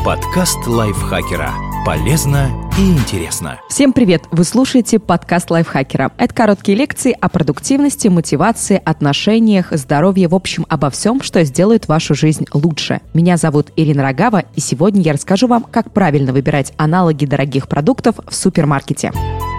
Подкаст лайфхакера. Полезно и интересно. Всем привет! Вы слушаете подкаст лайфхакера. Это короткие лекции о продуктивности, мотивации, отношениях, здоровье, в общем, обо всем, что сделает вашу жизнь лучше. Меня зовут Ирина Рогава, и сегодня я расскажу вам, как правильно выбирать аналоги дорогих продуктов в супермаркете.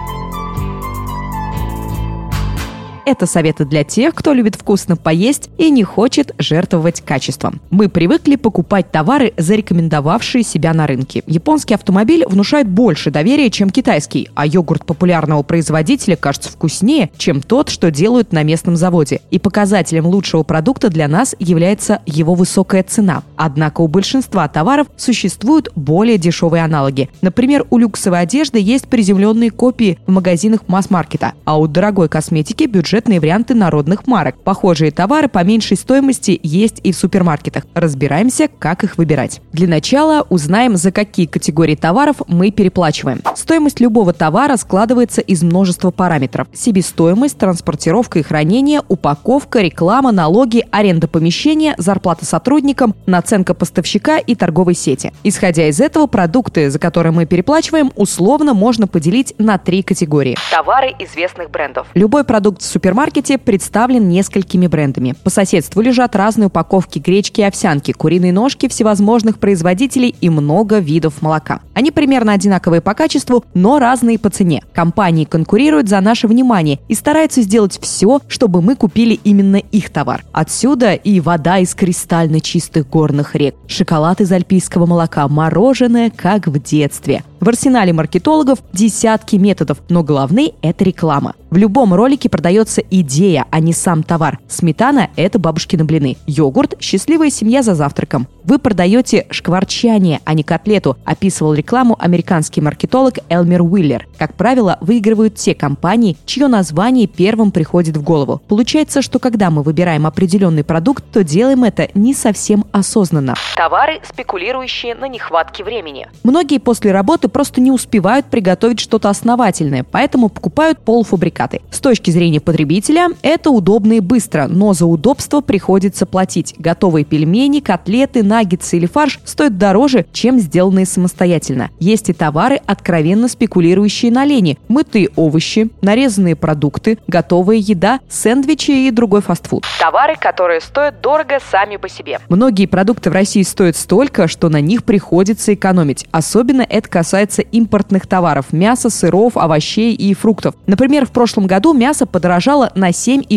Это советы для тех, кто любит вкусно поесть и не хочет жертвовать качеством. Мы привыкли покупать товары, зарекомендовавшие себя на рынке. Японский автомобиль внушает больше доверия, чем китайский, а йогурт популярного производителя кажется вкуснее, чем тот, что делают на местном заводе. И показателем лучшего продукта для нас является его высокая цена. Однако у большинства товаров существуют более дешевые аналоги. Например, у люксовой одежды есть приземленные копии в магазинах масс-маркета, а у дорогой косметики бюджетные варианты народных марок. Похожие товары по меньшей стоимости есть и в супермаркетах. Разбираемся, как их выбирать. Для начала узнаем, за какие категории товаров мы переплачиваем. Стоимость любого товара складывается из множества параметров. Себестоимость, транспортировка и хранение, упаковка, реклама, налоги, аренда помещения, зарплата сотрудникам, наценка поставщика и торговой сети. Исходя из этого, продукты, за которые мы переплачиваем, условно можно поделить на 3 категории. Товары известных брендов. Любой продукт в супермаркете представлен несколькими брендами. По соседству лежат разные упаковки гречки и овсянки, куриные ножки всевозможных производителей и много видов молока. Они примерно одинаковые по качеству, но разные по цене. Компании конкурируют за наше внимание и стараются сделать все, чтобы мы купили именно их товар. Отсюда и вода из кристально чистых горных рек, шоколад из альпийского молока, мороженое, как в детстве. В арсенале маркетологов десятки методов, но главный – это реклама. В любом ролике продается идея, а не сам товар. Сметана – это бабушкины блины. Йогурт – счастливая семья за завтраком. Вы продаете шкварчание, а не котлету, описывал рекламу американский маркетолог Элмер Уиллер. Как правило, выигрывают те компании, чье название первым приходит в голову. Получается, что когда мы выбираем определенный продукт, то делаем это не совсем осознанно. Товары, спекулирующие на нехватке времени. Многие после работы просто не успевают приготовить что-то основательное, поэтому покупают полуфабрикаты. С точки зрения потребителя, это удобно и быстро, но за удобство приходится платить. Готовые пельмени, котлеты, наггетсы или фарш стоят дороже, чем сделанные самостоятельно. Есть и товары, откровенно спекулирующие на лени. Мытые овощи, нарезанные продукты, готовая еда, сэндвичи и другой фастфуд. Товары, которые стоят дорого сами по себе. Многие продукты в России стоят столько, что на них приходится экономить. Особенно это касается импортных товаров – мяса, сыров, овощей и фруктов. Например, в прошлом году мясо подорожало на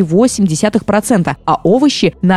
7,8%, а овощи на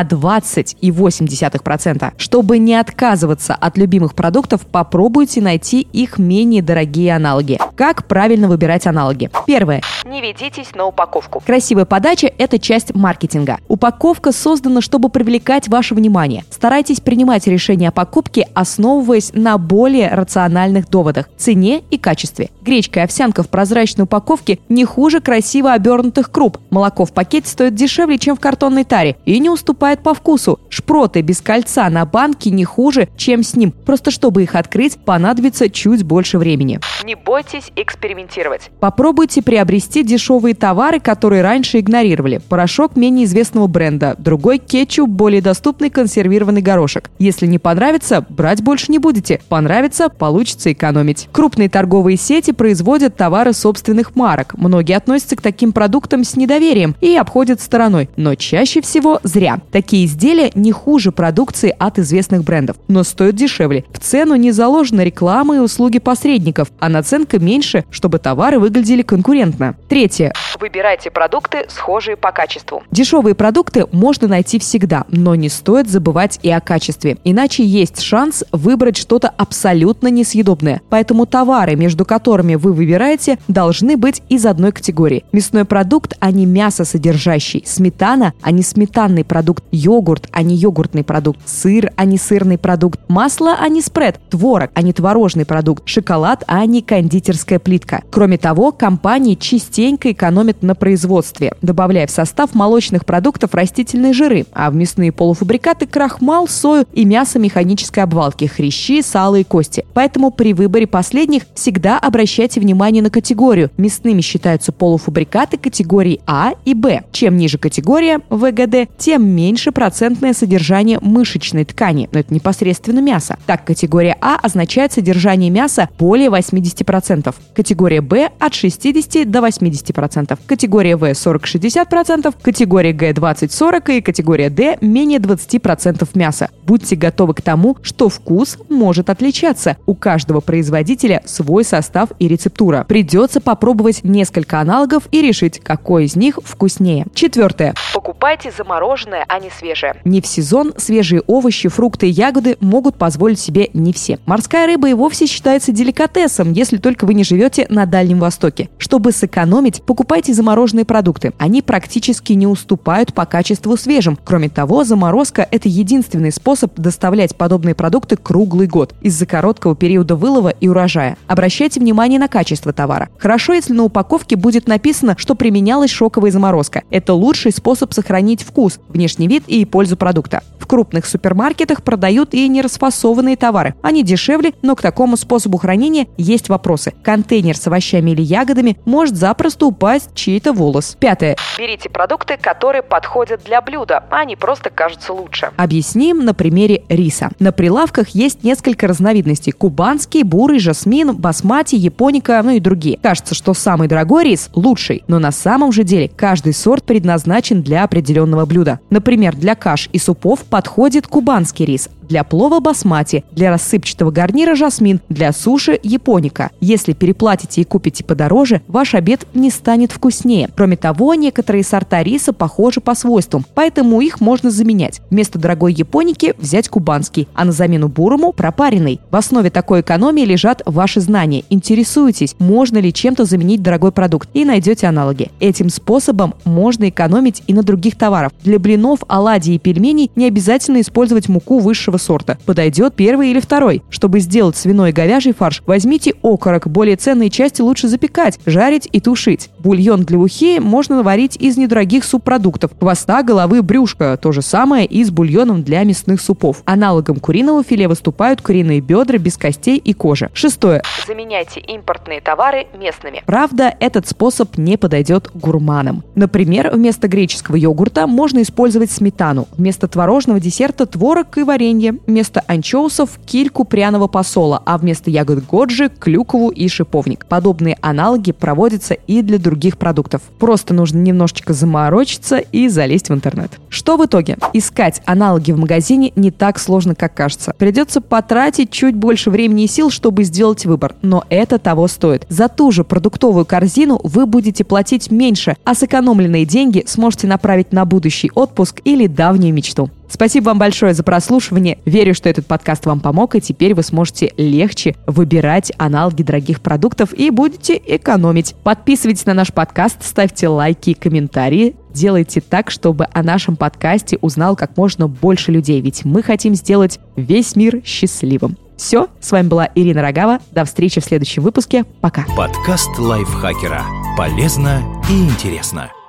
20,8%. Чтобы не отказываться от любимых продуктов, попробуйте найти их менее дорогие аналоги. Как правильно выбирать аналоги? Первое. Не ведитесь на упаковку. Красивая подача – это часть маркетинга. Упаковка создана, чтобы привлекать ваше внимание. Старайтесь принимать решения о покупке, основываясь на более рациональных доводах – цене и качестве. Гречка и овсянка в прозрачной упаковке не хуже красиво обернутых круп. Молоко в пакете стоит дешевле, чем в картонной таре, и не уступает по вкусу. Шпроты без кольца на банке не хуже, чем с ним. Просто чтобы их открыть, понадобится чуть больше времени. Не бойтесь экспериментировать. Попробуйте приобрести дешевые товары, которые раньше игнорировали. Порошок менее известного бренда, другой кетчуп, более доступный консервированный горошек. Если не понравится, брать больше не будете. Понравится, получится экономить. Крупные торговые сети производят товары собственных марок. Многие относятся к таким продуктам с недоверием и обходят стороной. Но чаще всего зря. Такие изделия не хуже продукции от известных брендов, но стоят дешевле. В цену не заложена реклама и услуги посредников, а наценка меньше, чтобы товары выглядели конкурентно. Третье. Выбирайте продукты, схожие по качеству. Дешевые продукты можно найти всегда, но не стоит забывать и о качестве. Иначе есть шанс выбрать что-то абсолютно несъедобное. Поэтому товары, между которыми вы выбираете, должны быть из одной категории. Мясной продукт, а не мясосодержащий. Сметана, а не сметанный продукт. Йогурт, а не йогуртный продукт. Сыр, а не сырный продукт. Масло, а не спред. Творог, а не творожный продукт. Шоколад, а не кондитерская плитка. Кроме того, компании частенько экономят на производстве, добавляя в состав молочных продуктов растительные жиры, а в мясные полуфабрикаты крахмал, сою и мясо механической обвалки, хрящи, сало и кости. Поэтому при выборе последних всегда обращайтесь обращайте внимание на категорию. Мясными считаются полуфабрикаты категории А и Б. Чем ниже категория ВГД, тем меньше процентное содержание мышечной ткани, но это непосредственно мясо. Так, категория А означает содержание мяса более 80%, категория Б от 60 до 80%, категория В 40-60%, категория Г 20-40% и категория Д менее 20% мяса. Будьте готовы к тому, что вкус может отличаться. У каждого производителя свой состав и рецептура. Придется попробовать несколько аналогов и решить, какой из них вкуснее. 4. Покупайте замороженное, а не свежее. Не в сезон свежие овощи, фрукты и ягоды могут позволить себе не все. Морская рыба и вовсе считается деликатесом, если только вы не живете на Дальнем Востоке. Чтобы сэкономить, покупайте замороженные продукты. Они практически не уступают по качеству свежим. Кроме того, заморозка – это единственный способ доставлять подобные продукты круглый год из-за короткого периода вылова и урожая. Обращайте внимание на качество товара. Хорошо, если на упаковке будет написано, что применялась шоковая заморозка. Это лучший способ сохранить вкус, внешний вид и пользу продукта. В крупных супермаркетах продают и нерасфасованные товары. Они дешевле, но к такому способу хранения есть вопросы. Контейнер с овощами или ягодами может запросто упасть чей-то волос. 5. Берите продукты, которые подходят для блюда, а не просто кажутся лучше. Объясним на примере риса. На прилавках есть несколько разновидностей: кубанский, бурый, жасмин, басмати, японика, и другие. Кажется, что самый дорогой рис лучший, но на самом же деле каждый сорт предназначен для определенного блюда. Например, для каш и супов подходит кубанский рис, для плова басмати, для рассыпчатого гарнира жасмин, для суши японика. Если переплатите и купите подороже, ваш обед не станет вкуснее. Кроме того, некоторые сорта риса похожи по свойствам, поэтому их можно заменять. Вместо дорогой японики взять кубанский, а на замену бурому – пропаренный. В основе такой экономии лежат ваши знания. Интересуйтесь, можно ли чем-то заменить дорогой продукт, и найдете аналоги. Этим способом можно экономить и на других товарах. Для блинов, оладий и пельменей не обязательно использовать муку высшего сорта. Подойдет первый или второй. Чтобы сделать свиной и говяжий фарш, возьмите окорок. Более ценные части лучше запекать, жарить и тушить. Бульон для ухи можно варить из недорогих субпродуктов: хвоста, головы, брюшка. То же самое и с бульоном для мясных супов. Аналогом куриного филе выступают куриные бедра без костей и кожи. 6. Заменяйте импортные товары местными. Правда, этот способ не подойдет гурманам. Например, вместо греческого йогурта можно использовать сметану, вместо творожного десерта творог и варенье, вместо анчоусов кильку пряного посола, а вместо ягод годжи клюкву и шиповник. Подобные аналоги проводятся и для других продуктов. Просто нужно немножечко заморочиться и залезть в интернет. Что в итоге? Искать аналоги в магазине не так сложно, как кажется. Придется потратить чуть больше времени и сил, чтобы сделать выбор, но это того стоит. За ту же продуктовую корзину вы будете платить меньше, а сэкономленные деньги сможете направить на будущий отпуск или давнюю мечту. Спасибо вам большое за прослушивание. Верю, что этот подкаст вам помог, и теперь вы сможете легче выбирать аналоги дорогих продуктов и будете экономить. Подписывайтесь на наш подкаст, ставьте лайки и комментарии. Делайте так, чтобы о нашем подкасте узнал как можно больше людей, ведь мы хотим сделать весь мир счастливым. Все, с вами была Ирина Рогава. До встречи в следующем выпуске. Пока. Подкаст лайфхакера. Полезно и интересно.